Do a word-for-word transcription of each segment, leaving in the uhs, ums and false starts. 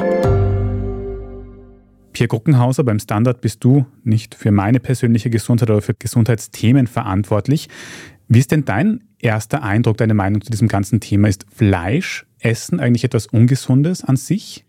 Pierre Gruckenhauser, beim Standard bist du nicht für meine persönliche Gesundheit, aber für Gesundheitsthemen verantwortlich. Wie ist denn dein erster Eindruck, deine Meinung zu diesem ganzen Thema? Ist Fleischessen eigentlich etwas Ungesundes an sich?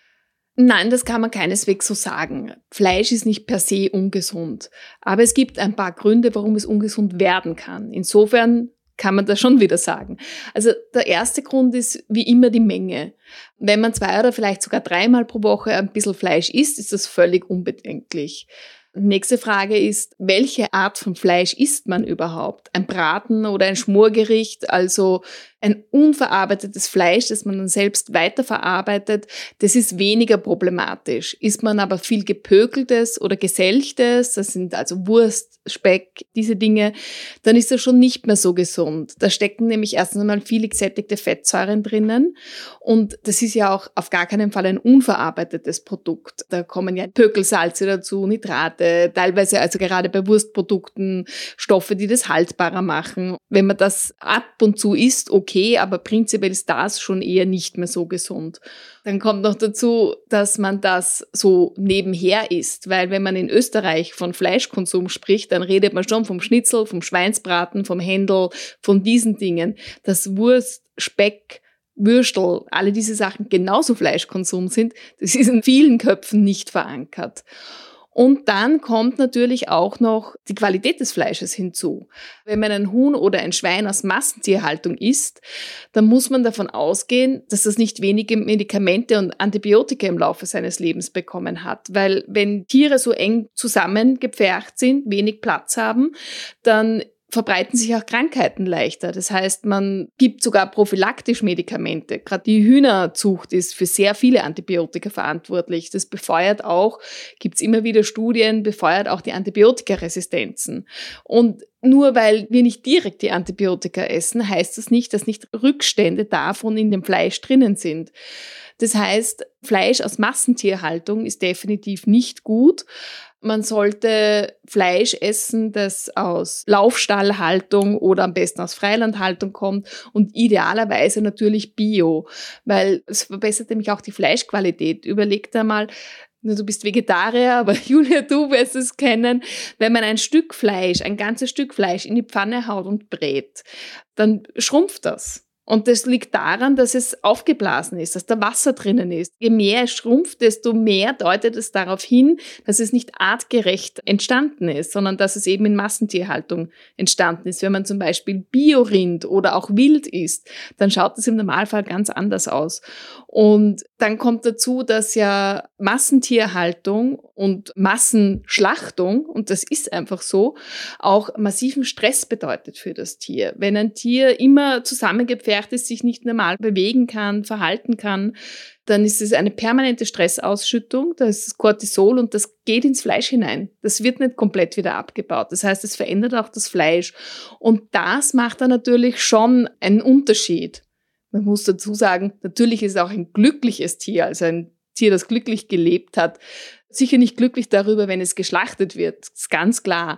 Nein, das kann man keineswegs so sagen. Fleisch ist nicht per se ungesund. Aber es gibt ein paar Gründe, warum es ungesund werden kann. Insofern kann man das schon wieder sagen. Also der erste Grund ist wie immer die Menge. Wenn man zwei oder vielleicht sogar dreimal pro Woche ein bisschen Fleisch isst, ist das völlig unbedenklich. Nächste Frage ist, welche Art von Fleisch isst man überhaupt? Ein Braten oder ein Schmorgericht, also ein unverarbeitetes Fleisch, das man dann selbst weiterverarbeitet, das ist weniger problematisch. Isst man aber viel gepökeltes oder geselchtes, das sind also Wurst, Speck, diese Dinge, dann ist das schon nicht mehr so gesund. Da stecken nämlich erstens einmal viele gesättigte Fettsäuren drinnen und das ist ja auch auf gar keinen Fall ein unverarbeitetes Produkt. Da kommen ja Pökelsalze dazu, Nitrate, teilweise also gerade bei Wurstprodukten Stoffe, die das haltbarer machen. Wenn man das ab und zu isst, okay, Okay, aber prinzipiell ist das schon eher nicht mehr so gesund. Dann kommt noch dazu, dass man das so nebenher isst, weil wenn man in Österreich von Fleischkonsum spricht, dann redet man schon vom Schnitzel, vom Schweinsbraten, vom Händel, von diesen Dingen. Dass Wurst, Speck, Würstel, alle diese Sachen genauso Fleischkonsum sind, das ist in vielen Köpfen nicht verankert. Und dann kommt natürlich auch noch die Qualität des Fleisches hinzu. Wenn man ein Huhn oder ein Schwein aus Massentierhaltung isst, dann muss man davon ausgehen, dass das nicht wenige Medikamente und Antibiotika im Laufe seines Lebens bekommen hat. Weil wenn Tiere so eng zusammengepfercht sind, wenig Platz haben, dann verbreiten sich auch Krankheiten leichter. Das heißt, man gibt sogar prophylaktisch Medikamente. Gerade die Hühnerzucht ist für sehr viele Antibiotika verantwortlich. Das befeuert auch, gibt's immer wieder Studien, befeuert auch die Antibiotikaresistenzen. Und nur weil wir nicht direkt die Antibiotika essen, heißt das nicht, dass nicht Rückstände davon in dem Fleisch drinnen sind. Das heißt, Fleisch aus Massentierhaltung ist definitiv nicht gut. Man sollte Fleisch essen, das aus Laufstallhaltung oder am besten aus Freilandhaltung kommt und idealerweise natürlich Bio, weil es verbessert nämlich auch die Fleischqualität. Überleg dir mal, du bist Vegetarier, aber Julia, du wirst es kennen, wenn man ein Stück Fleisch, ein ganzes Stück Fleisch in die Pfanne haut und brät, dann schrumpft das. Und das liegt daran, dass es aufgeblasen ist, dass da Wasser drinnen ist. Je mehr es schrumpft, desto mehr deutet es darauf hin, dass es nicht artgerecht entstanden ist, sondern dass es eben in Massentierhaltung entstanden ist. Wenn man zum Beispiel Biorind oder auch Wild isst, dann schaut es im Normalfall ganz anders aus. Und dann kommt dazu, dass ja Massentierhaltung und Massenschlachtung, und das ist einfach so, auch massiven Stress bedeutet für das Tier. Wenn ein Tier immer zusammengepfercht ist, sich nicht normal bewegen kann, verhalten kann, dann ist es eine permanente Stressausschüttung, das ist Cortisol und das geht ins Fleisch hinein. Das wird nicht komplett wieder abgebaut. Das heißt, es verändert auch das Fleisch. Und das macht dann natürlich schon einen Unterschied. Man muss dazu sagen, natürlich ist es auch ein glückliches Tier, also ein Tier, das glücklich gelebt hat. Sicher nicht glücklich darüber, wenn es geschlachtet wird, das ist ganz klar.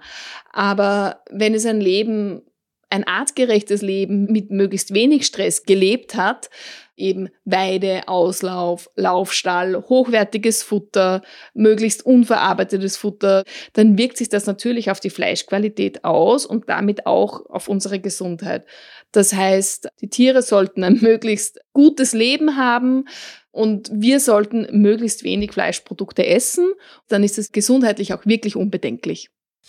Aber wenn es ein Leben, ein artgerechtes Leben mit möglichst wenig Stress gelebt hat, eben Weide, Auslauf, Laufstall, hochwertiges Futter, möglichst unverarbeitetes Futter, dann wirkt sich das natürlich auf die Fleischqualität aus und damit auch auf unsere Gesundheit. Das heißt, die Tiere sollten ein möglichst gutes Leben haben und wir sollten möglichst wenig Fleischprodukte essen. Dann ist es gesundheitlich auch wirklich unbedenklich.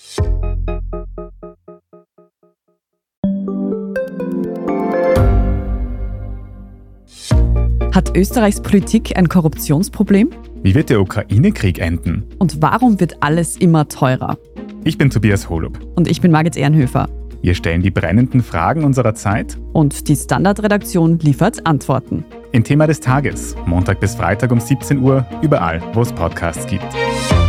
Hat Österreichs Politik ein Korruptionsproblem? Wie wird der Ukraine-Krieg enden? Und warum wird alles immer teurer? Ich bin Tobias Holub. Und ich bin Margit Ehrenhöfer. Wir stellen die brennenden Fragen unserer Zeit. Und die Standard-Redaktion liefert Antworten. Im Thema des Tages, Montag bis Freitag um siebzehn Uhr, überall, wo es Podcasts gibt.